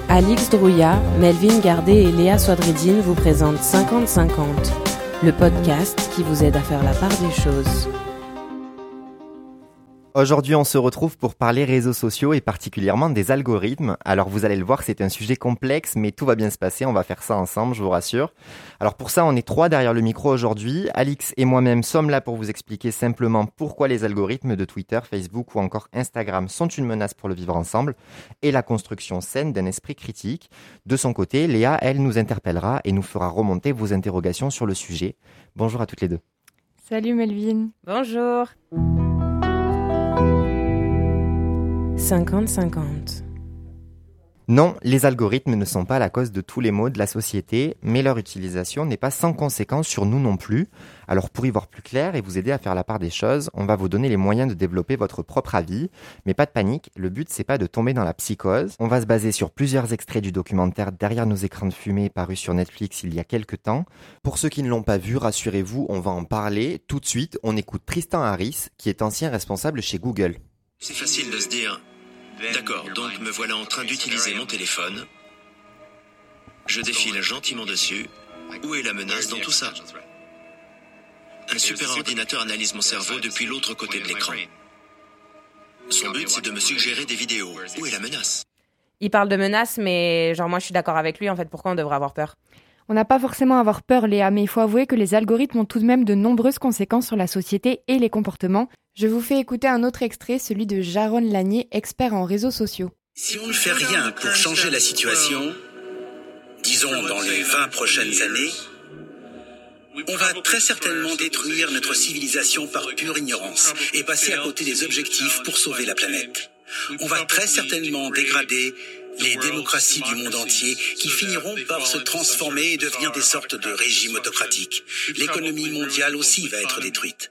Alix Drouillat, Melvin Gardet et Léa Swadreddine vous présentent 50-50, le podcast qui vous aide à faire la part des choses. Aujourd'hui, on se retrouve pour parler réseaux sociaux et particulièrement des algorithmes. Alors vous allez le voir, c'est un sujet complexe, mais tout va bien se passer, on va faire ça ensemble, je vous rassure. Alors pour ça, on est 3 derrière le micro aujourd'hui. Alix et moi-même sommes là pour vous expliquer simplement pourquoi les algorithmes de Twitter, Facebook ou encore Instagram sont une menace pour le vivre ensemble et la construction saine d'un esprit critique. De son côté, Léa, elle, nous interpellera et nous fera remonter vos interrogations sur le sujet. Bonjour à toutes les deux. Salut Melvin. Bonjour. 50-50. Non, les algorithmes ne sont pas la cause de tous les maux de la société, mais leur utilisation n'est pas sans conséquence sur nous non plus. Alors pour y voir plus clair et vous aider à faire la part des choses, on va vous donner les moyens de développer votre propre avis. Mais pas de panique, le but c'est pas de tomber dans la psychose. On va se baser sur plusieurs extraits du documentaire Derrière nos écrans de fumée paru sur Netflix il y a quelques temps. Pour ceux qui ne l'ont pas vu, rassurez-vous, on va en parler. Tout de suite, on écoute Tristan Harris, qui est ancien responsable chez Google. C'est facile de se dire, d'accord, donc me voilà en train d'utiliser mon téléphone. Je défile gentiment dessus. Où est la menace dans tout ça ? Un super ordinateur analyse mon cerveau depuis l'autre côté de l'écran. Son but, c'est de me suggérer des vidéos. Où est la menace ? Il parle de menaces, mais moi je suis d'accord avec lui, en fait, pourquoi on devrait avoir peur ? On n'a pas forcément à avoir peur, Léa, mais il faut avouer que les algorithmes ont tout de même de nombreuses conséquences sur la société et les comportements. Je vous fais écouter un autre extrait, celui de Jaron Lanier, expert en réseaux sociaux. Si on ne fait rien pour changer la situation, disons dans les 20 prochaines années, on va très certainement détruire notre civilisation par pure ignorance et passer à côté des objectifs pour sauver la planète. On va très certainement dégrader les démocraties du monde entier qui finiront par se transformer et devenir des sortes de régimes autocratiques. L'économie mondiale aussi va être détruite.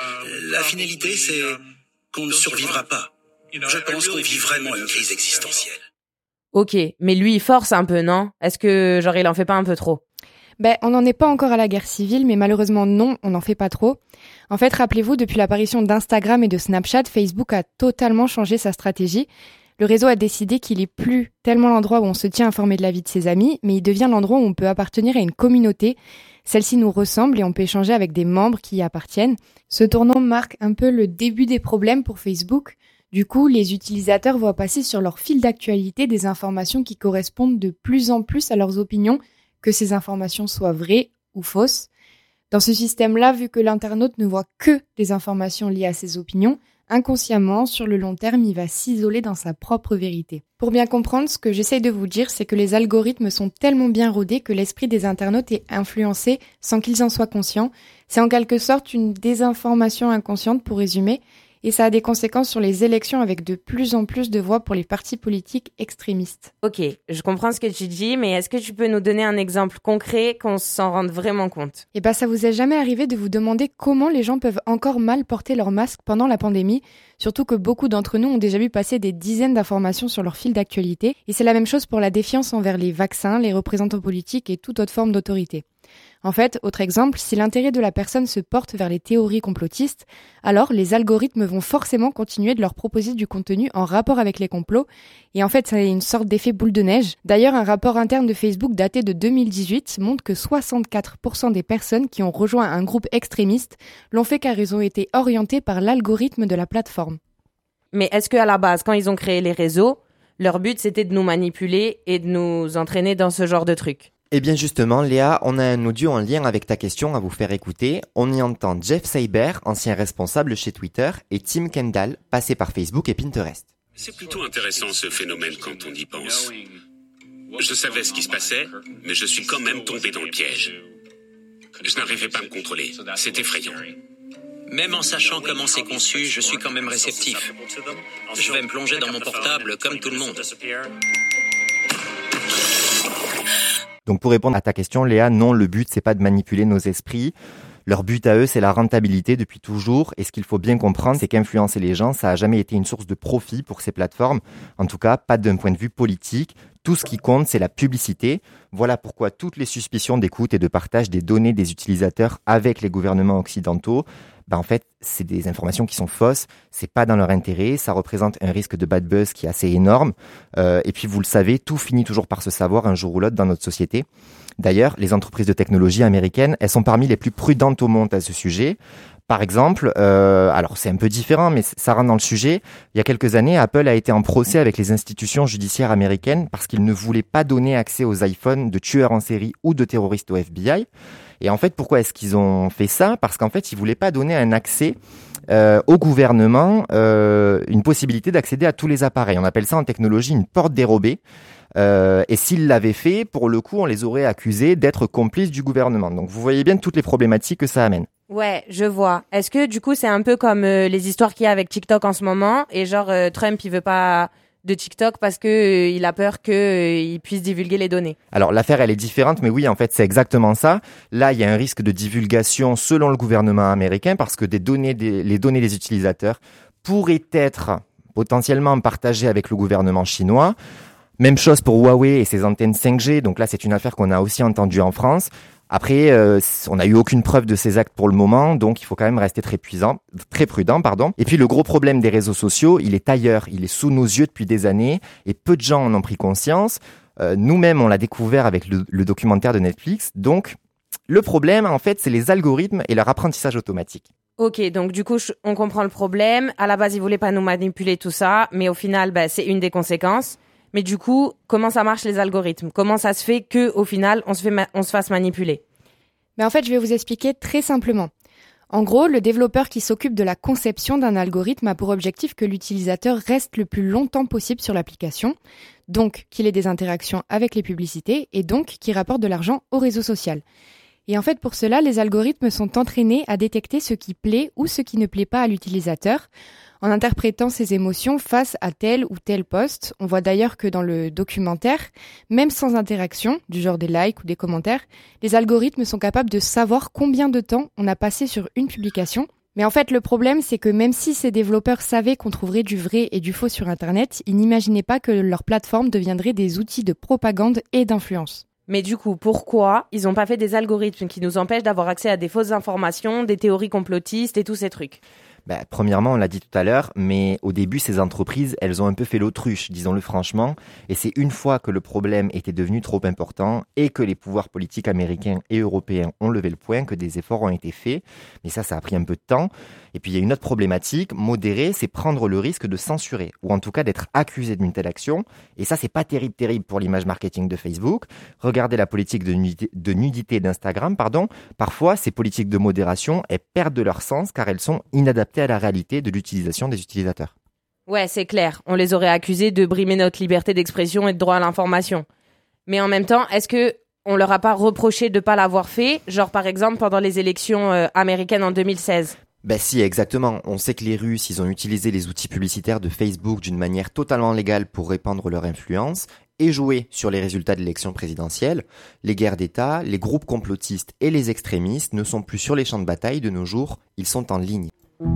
La finalité, c'est qu'on ne survivra pas. Je pense qu'on vit vraiment une crise existentielle. Ok, mais lui il force un peu, non ? Est-ce que il en fait pas un peu trop ? On n'en est pas encore à la guerre civile, mais malheureusement non, on n'en fait pas trop. En fait, rappelez-vous, depuis l'apparition d'Instagram et de Snapchat, Facebook a totalement changé sa stratégie. Le réseau a décidé qu'il n'est plus tellement l'endroit où on se tient informé de la vie de ses amis, mais il devient l'endroit où on peut appartenir à une communauté. Celle-ci nous ressemble et on peut échanger avec des membres qui y appartiennent. Ce tournant marque un peu le début des problèmes pour Facebook. Du coup, les utilisateurs voient passer sur leur fil d'actualité des informations qui correspondent de plus en plus à leurs opinions, que ces informations soient vraies ou fausses. Dans ce système-là, vu que l'internaute ne voit que des informations liées à ses opinions, inconsciemment, sur le long terme, il va s'isoler dans sa propre vérité. Pour bien comprendre, ce que j'essaye de vous dire, c'est que les algorithmes sont tellement bien rodés que l'esprit des internautes est influencé sans qu'ils en soient conscients. C'est en quelque sorte une désinformation inconsciente, pour résumer, et ça a des conséquences sur les élections avec de plus en plus de voix pour les partis politiques extrémistes. Ok, je comprends ce que tu dis, mais est-ce que tu peux nous donner un exemple concret qu'on s'en rende vraiment compte ? Ça vous est jamais arrivé de vous demander comment les gens peuvent encore mal porter leur masque pendant la pandémie ? Surtout que beaucoup d'entre nous ont déjà vu passer des dizaines d'informations sur leur fil d'actualité. Et c'est la même chose pour la défiance envers les vaccins, les représentants politiques et toute autre forme d'autorité. En fait, autre exemple, si l'intérêt de la personne se porte vers les théories complotistes, alors les algorithmes vont forcément continuer de leur proposer du contenu en rapport avec les complots. Et en fait, c'est une sorte d'effet boule de neige. D'ailleurs, un rapport interne de Facebook daté de 2018 montre que 64% des personnes qui ont rejoint un groupe extrémiste l'ont fait car ils ont été orientés par l'algorithme de la plateforme. Mais est-ce qu'à la base, quand ils ont créé les réseaux, leur but c'était de nous manipuler et de nous entraîner dans ce genre de trucs ? Eh bien justement, Léa, on a un audio en lien avec ta question à vous faire écouter. On y entend Jeff Seiber, ancien responsable chez Twitter, et Tim Kendall, passé par Facebook et Pinterest. C'est plutôt intéressant ce phénomène quand on y pense. Je savais ce qui se passait, mais je suis quand même tombé dans le piège. Je n'arrivais pas à me contrôler. C'est effrayant. Même en sachant comment c'est conçu, je suis quand même réceptif. Je vais me plonger dans mon portable comme tout le monde. Donc pour répondre à ta question, Léa, non, le but c'est pas de manipuler nos esprits. Leur but à eux, c'est la rentabilité depuis toujours. Et ce qu'il faut bien comprendre, c'est qu'influencer les gens, ça a jamais été une source de profit pour ces plateformes. En tout cas, pas d'un point de vue politique. Tout ce qui compte, c'est la publicité. Voilà pourquoi toutes les suspicions d'écoute et de partage des données des utilisateurs avec les gouvernements occidentaux, en fait, c'est des informations qui sont fausses, c'est pas dans leur intérêt, ça représente un risque de bad buzz qui est assez énorme. Et puis, vous le savez, tout finit toujours par se savoir un jour ou l'autre dans notre société. D'ailleurs, les entreprises de technologie américaines, elles sont parmi les plus prudentes au monde à ce sujet. Par exemple, alors c'est un peu différent, mais ça rentre dans le sujet. Il y a quelques années, Apple a été en procès avec les institutions judiciaires américaines parce qu'ils ne voulaient pas donner accès aux iPhones de tueurs en série ou de terroristes au FBI. Et en fait, pourquoi est-ce qu'ils ont fait ça ? Parce qu'en fait, ils voulaient pas donner un accès au gouvernement, une possibilité d'accéder à tous les appareils. On appelle ça en technologie une porte dérobée. Et s'ils l'avaient fait, pour le coup, on les aurait accusés d'être complices du gouvernement. Donc vous voyez bien toutes les problématiques que ça amène. Ouais, je vois. Est-ce que du coup c'est un peu comme les histoires qu'il y a avec TikTok en ce moment et genre Trump il veut pas de TikTok parce que il a peur qu'il puisse divulguer les données. Alors l'affaire elle est différente, mais oui en fait c'est exactement ça. Là il y a un risque de divulgation selon le gouvernement américain parce que les données des utilisateurs pourraient être potentiellement partagées avec le gouvernement chinois. Même chose pour Huawei et ses antennes 5G. Donc là c'est une affaire qu'on a aussi entendue en France. Après, on n'a eu aucune preuve de ces actes pour le moment, donc il faut quand même rester très prudent. Et puis le gros problème des réseaux sociaux, il est ailleurs, il est sous nos yeux depuis des années, et peu de gens en ont pris conscience. Nous-mêmes, on l'a découvert avec le documentaire de Netflix. Donc, le problème, en fait, c'est les algorithmes et leur apprentissage automatique. Ok, donc du coup, on comprend le problème. À la base, ils voulaient pas nous manipuler tout ça, mais au final, c'est une des conséquences. Mais du coup, comment ça marche les algorithmes ? Comment ça se fait que au final, on se fasse manipuler ? En fait, je vais vous expliquer très simplement. En gros, le développeur qui s'occupe de la conception d'un algorithme a pour objectif que l'utilisateur reste le plus longtemps possible sur l'application, donc qu'il ait des interactions avec les publicités et donc qu'il rapporte de l'argent au réseau social. Et en fait, pour cela, les algorithmes sont entraînés à détecter ce qui plaît ou ce qui ne plaît pas à l'utilisateur, en interprétant ses émotions face à tel ou tel post. On voit d'ailleurs que dans le documentaire, même sans interaction, du genre des likes ou des commentaires, les algorithmes sont capables de savoir combien de temps on a passé sur une publication. Mais en fait, le problème, c'est que même si ces développeurs savaient qu'on trouverait du vrai et du faux sur Internet, ils n'imaginaient pas que leur plateforme deviendrait des outils de propagande et d'influence. Mais du coup, pourquoi ils n'ont pas fait des algorithmes qui nous empêchent d'avoir accès à des fausses informations, des théories complotistes et tous ces trucs ? Premièrement, on l'a dit tout à l'heure, mais au début, ces entreprises, elles ont un peu fait l'autruche, disons-le franchement. Et c'est une fois que le problème était devenu trop important et que les pouvoirs politiques américains et européens ont levé le poing que des efforts ont été faits. Mais ça a pris un peu de temps. Et puis, il y a une autre problématique, modérer, c'est prendre le risque de censurer, ou en tout cas d'être accusé d'une telle action. Et ça, c'est pas terrible pour l'image marketing de Facebook. Regardez la politique de nudité d'Instagram, Parfois, ces politiques de modération, elles perdent de leur sens car elles sont inadaptées à la réalité de l'utilisation des utilisateurs. Ouais, c'est clair. On les aurait accusés de brimer notre liberté d'expression et de droit à l'information. Mais en même temps, est-ce que on leur a pas reproché de pas l'avoir fait, genre par exemple pendant les élections américaines en 2016 ? Si, exactement. On sait que les Russes, ils ont utilisé les outils publicitaires de Facebook d'une manière totalement légale pour répandre leur influence et jouer sur les résultats de l'élection présidentielle. Les guerres d'État, les groupes complotistes et les extrémistes ne sont plus sur les champs de bataille de nos jours, ils sont en ligne.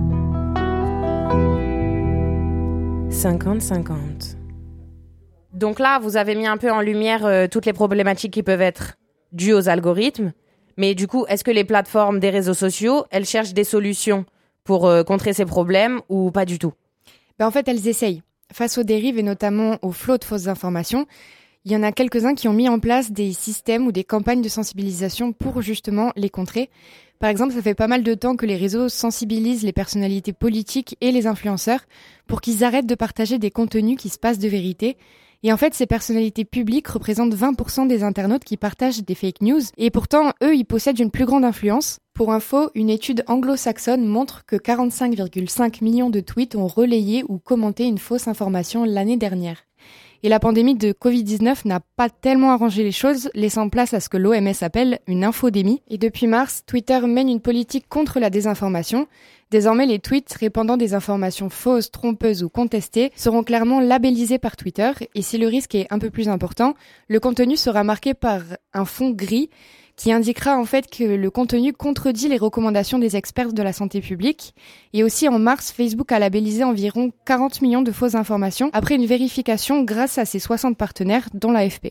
50-50. Donc là, vous avez mis un peu en lumière toutes les problématiques qui peuvent être dues aux algorithmes. Mais du coup, est-ce que les plateformes des réseaux sociaux, elles cherchent des solutions pour contrer ces problèmes ou pas du tout ? En fait, elles essayent. Face aux dérives et notamment au flot de fausses informations, il y en a quelques-uns qui ont mis en place des systèmes ou des campagnes de sensibilisation pour justement les contrer. Par exemple, ça fait pas mal de temps que les réseaux sensibilisent les personnalités politiques et les influenceurs pour qu'ils arrêtent de partager des contenus qui se passent de vérité. Et en fait, ces personnalités publiques représentent 20% des internautes qui partagent des fake news. Et pourtant, eux, ils possèdent une plus grande influence. Pour info, une étude anglo-saxonne montre que 45,5 millions de tweets ont relayé ou commenté une fausse information l'année dernière. Et la pandémie de Covid-19 n'a pas tellement arrangé les choses, laissant place à ce que l'OMS appelle une infodémie. Et depuis mars, Twitter mène une politique contre la désinformation. Désormais, les tweets répandant des informations fausses, trompeuses ou contestées seront clairement labellisés par Twitter. Et si le risque est un peu plus important, le contenu sera marqué par un fond gris qui indiquera en fait que le contenu contredit les recommandations des experts de la santé publique. Et aussi en mars, Facebook a labellisé environ 40 millions de fausses informations après une vérification grâce à ses 60 partenaires, dont l'AFP.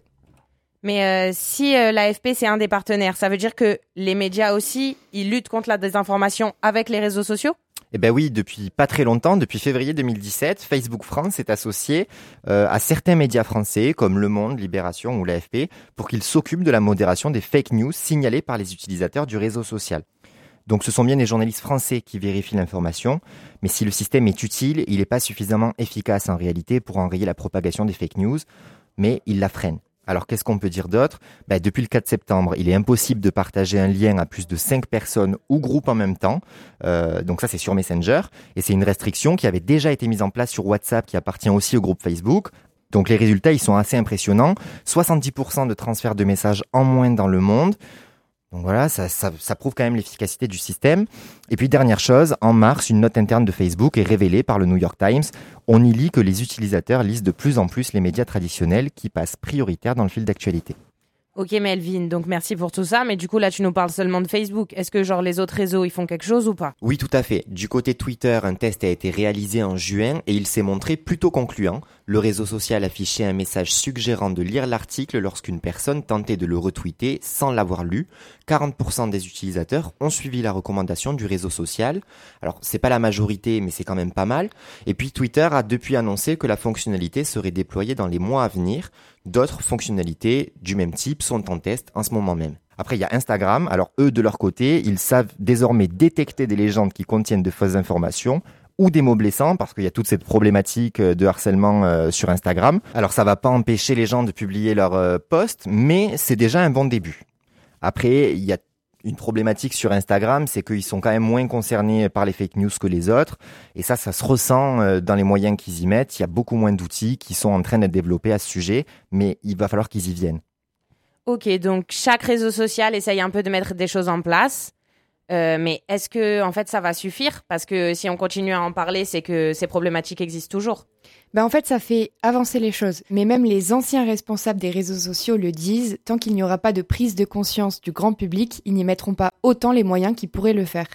Mais si l'AFP, c'est un des partenaires, ça veut dire que les médias aussi, ils luttent contre la désinformation avec les réseaux sociaux ? Eh ben oui, depuis pas très longtemps, depuis février 2017, Facebook France est associé à certains médias français comme Le Monde, Libération ou l'AFP pour qu'ils s'occupent de la modération des fake news signalées par les utilisateurs du réseau social. Donc ce sont bien les journalistes français qui vérifient l'information, mais si le système est utile, il n'est pas suffisamment efficace en réalité pour enrayer la propagation des fake news, mais il la freine. Alors, qu'est-ce qu'on peut dire d'autre ? Depuis le 4 septembre, il est impossible de partager un lien à plus de 5 personnes ou groupes en même temps. Donc ça, c'est sur Messenger. Et c'est une restriction qui avait déjà été mise en place sur WhatsApp, qui appartient aussi au groupe Facebook. Donc les résultats, ils sont assez impressionnants. 70% de transferts de messages en moins dans le monde. Donc voilà, ça prouve quand même l'efficacité du système. Et puis dernière chose, en mars, une note interne de Facebook est révélée par le New York Times. On y lit que les utilisateurs lisent de plus en plus les médias traditionnels qui passent prioritaires dans le fil d'actualité. Ok Melvin, donc merci pour tout ça, mais du coup là tu nous parles seulement de Facebook. Est-ce que genre les autres réseaux ils font quelque chose ou pas ? Oui, tout à fait. Du côté Twitter, un test a été réalisé en juin et il s'est montré plutôt concluant. Le réseau social affichait un message suggérant de lire l'article lorsqu'une personne tentait de le retweeter sans l'avoir lu. 40% des utilisateurs ont suivi la recommandation du réseau social. Alors, c'est pas la majorité, mais c'est quand même pas mal. Et puis Twitter a depuis annoncé que la fonctionnalité serait déployée dans les mois à venir. D'autres fonctionnalités du même type sont en test en ce moment même. Après, il y a Instagram. Alors, eux, de leur côté, ils savent désormais détecter des légendes qui contiennent de fausses informations ou des mots blessants, parce qu'il y a toute cette problématique de harcèlement sur Instagram. Alors, ça va pas empêcher les gens de publier leurs posts, mais c'est déjà un bon début. Après, il y a une problématique sur Instagram, c'est qu'ils sont quand même moins concernés par les fake news que les autres. Et ça se ressent dans les moyens qu'ils y mettent. Il y a beaucoup moins d'outils qui sont en train d'être développés à ce sujet, mais il va falloir qu'ils y viennent. Ok, donc chaque réseau social essaye un peu de mettre des choses en place. Mais est-ce que en fait ça va suffire ? Parce que si on continue à en parler, c'est que ces problématiques existent toujours. En fait, ça fait avancer les choses. Mais même les anciens responsables des réseaux sociaux le disent, tant qu'il n'y aura pas de prise de conscience du grand public, ils n'y mettront pas autant les moyens qu'ils pourraient le faire.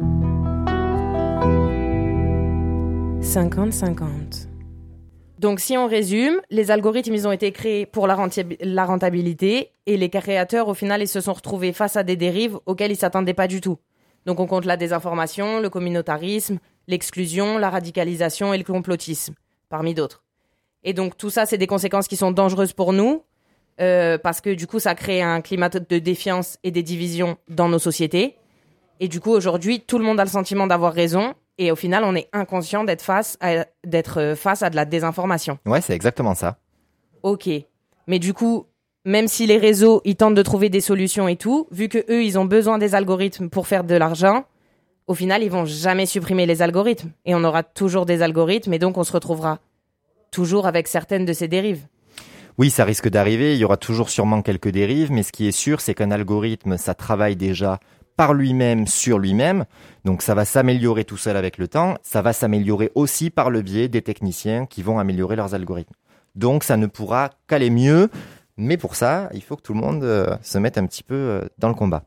50-50. Donc si on résume, les algorithmes ils ont été créés pour la rentabilité et les créateurs au final ils se sont retrouvés face à des dérives auxquelles ils s'attendaient pas du tout. Donc on compte la désinformation, le communautarisme, l'exclusion, la radicalisation et le complotisme, parmi d'autres. Et donc tout ça c'est des conséquences qui sont dangereuses pour nous parce que du coup ça crée un climat de défiance et des divisions dans nos sociétés. Et du coup aujourd'hui tout le monde a le sentiment d'avoir raison. Et au final, on est inconscient d'être face à de la désinformation. Ouais, c'est exactement ça. Ok. Mais du coup, même si les réseaux, ils tentent de trouver des solutions et tout, vu que eux, ils ont besoin des algorithmes pour faire de l'argent, au final, ils vont jamais supprimer les algorithmes. Et on aura toujours des algorithmes et donc on se retrouvera toujours avec certaines de ces dérives. Oui, ça risque d'arriver. Il y aura toujours sûrement quelques dérives, mais ce qui est sûr, c'est qu'un algorithme, ça travaille déjà par lui-même sur lui-même. Donc ça va s'améliorer tout seul avec le temps. Ça va s'améliorer aussi par le biais des techniciens qui vont améliorer leurs algorithmes. Donc ça ne pourra qu'aller mieux. Mais pour ça, il faut que tout le monde se mette un petit peu dans le combat.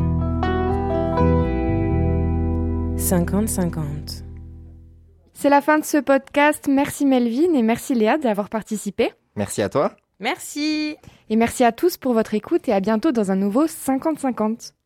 50-50. C'est la fin de ce podcast. Merci Melvin et merci Léa d'avoir participé. Merci à toi. Merci. Et merci à tous pour votre écoute et à bientôt dans un nouveau 50-50.